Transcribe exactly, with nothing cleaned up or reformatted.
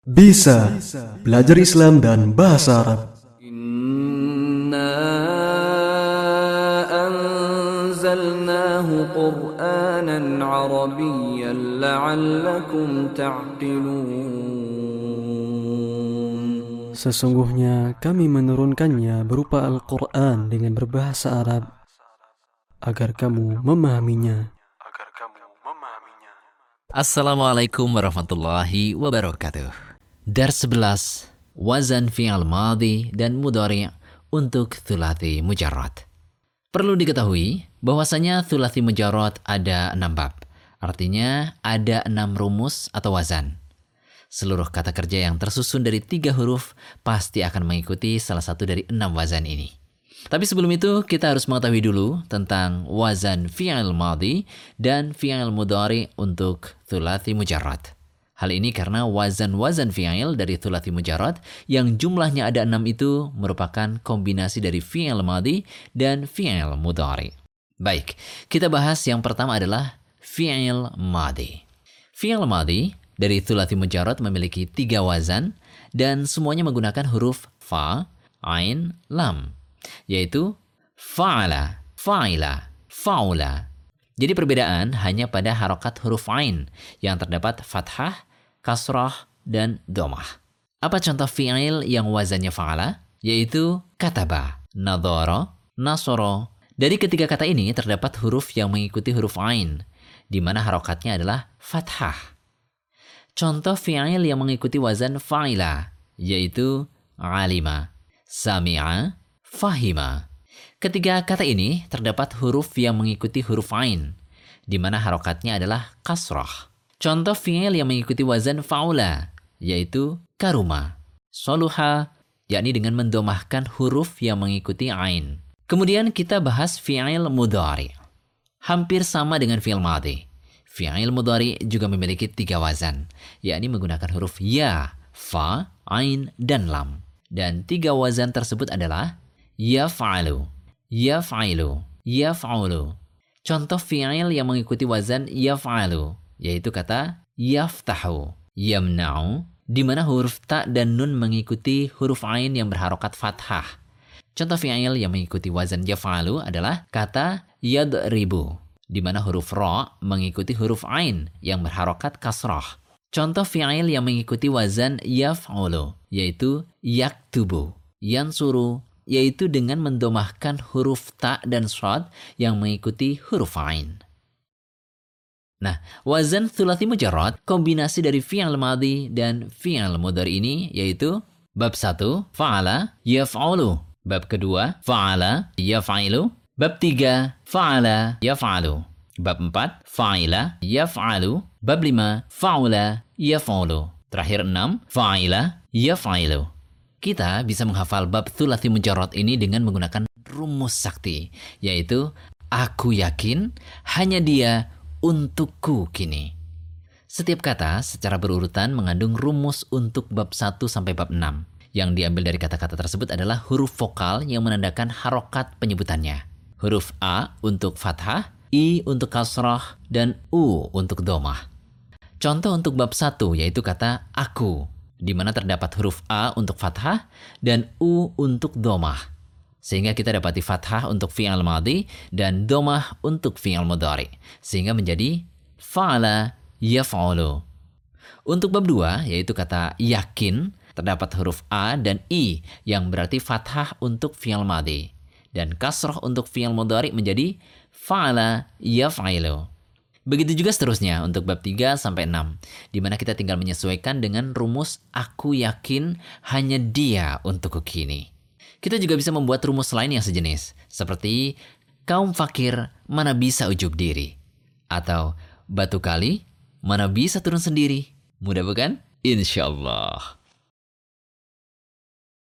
Bisa belajar Islam dan bahasa Arab. Inna anzalnahu Qur'anan Arabiyyan la'allakum ta'qilun. Sesungguhnya kami menurunkannya berupa Al-Quran dengan berbahasa Arab agar kamu memahaminya. Assalamualaikum warahmatullahi wabarakatuh. Dars sebelas, wazan fi'al madhi dan mudhari' untuk thulathi mujarrad. Perlu diketahui bahwasanya thulathi mujarrad ada enam bab. Artinya ada enam rumus atau wazan. Seluruh kata kerja yang tersusun dari tiga huruf pasti akan mengikuti salah satu dari enam wazan ini. Tapi sebelum itu kita harus mengetahui dulu tentang wazan fi'il madhi dan fi'il mudhari untuk thulathi mujarrad. Hal ini karena wazan-wazan fi'il dari thulathi mujarrad yang jumlahnya ada enam itu merupakan kombinasi dari fi'il madhi dan fi'il mudhari. Baik, kita bahas yang pertama adalah fi'il madhi. Fi'il madhi dari thulathi mujarrad memiliki tiga wazan dan semuanya menggunakan huruf fa, ain, lam, yaitu fa'ala, fa'ila, fa'ula. Jadi perbedaan hanya pada harokat huruf ain yang terdapat fathah, kasrah, dan dhammah. Apa contoh fi'il yang wazannya fa'ala? Yaitu kataba, nadhara, nasara. Dari ketiga kata ini terdapat huruf yang mengikuti huruf ain, di mana harokatnya adalah fathah. Contoh fi'il yang mengikuti wazan fa'ila, yaitu alima, sami'a, fahima. Ketiga kata ini terdapat huruf yang mengikuti huruf ain, di mana harokatnya adalah kasrah. Contoh fi'il yang mengikuti wazan fa'ula, yaitu karuma, soluha, yakni dengan mendomahkan huruf yang mengikuti ain. Kemudian kita bahas fi'il mudhari. Hampir sama dengan fi'il madhi. Fi'il mudhari juga memiliki tiga wazan, yakni menggunakan huruf ya, fa, ain, dan lam. Dan tiga wazan tersebut adalah yaf'alu, yaf'ilu, yaf'ulu. Contoh fi'il yang mengikuti wazan yaf'alu, yaitu kata yaftahu, yamna'u, di mana huruf ta dan nun mengikuti huruf ain yang berharokat fathah. Contoh fi'il yang mengikuti wazan yaf'alu adalah kata yadribu, di mana huruf ra mengikuti huruf ain yang berharokat kasrah. Contoh fi'il yang mengikuti wazan yaf'ulu, yaitu yaktubu, yansuru, yaitu dengan mendomahkan huruf ta dan shad yang mengikuti huruf ain. Nah, wazan thulathi mujarrad kombinasi dari fi'il madhi dan fi'il mudhari ini yaitu bab satu, fa'ala, yaf'ulu. Bab kedua, fa'ala, yaf'ilu. Bab tiga, fa'ala, yaf'alu. Bab empat, fa'ila, yaf'alu. Bab lima, fa'ula, yaf'ulu. Terakhir enam, fa'ila, yaf'ilu. Kita bisa menghafal bab thulathi mujarrad ini dengan menggunakan rumus sakti, yaitu aku yakin hanya dia untukku kini. Setiap kata secara berurutan mengandung rumus untuk bab satu sampai bab enam. Yang diambil dari kata-kata tersebut adalah huruf vokal yang menandakan harokat penyebutannya. Huruf A untuk fathah, I untuk kasrah, dan U untuk dhammah. Contoh untuk bab satu yaitu kata aku, di mana terdapat huruf A untuk fathah dan U untuk dhammah. Sehingga kita dapati fathah untuk fi'il madhi dan dhammah untuk fi'il mudhari. Sehingga menjadi fa'ala yaf'ulu. Untuk bab dua yaitu kata yakin, terdapat huruf A dan I yang berarti fathah untuk fi'il madhi dan kasrah untuk fi'il mudhari menjadi fa'ala yaf'ilu. Begitu juga seterusnya untuk bab tiga sampai enam, di mana kita tinggal menyesuaikan dengan rumus aku yakin hanya dia untukku kini. Kita juga bisa membuat rumus lain yang sejenis, seperti kaum fakir mana bisa ujub diri, atau batu kali mana bisa turun sendiri. Mudah bukan? Insya Allah.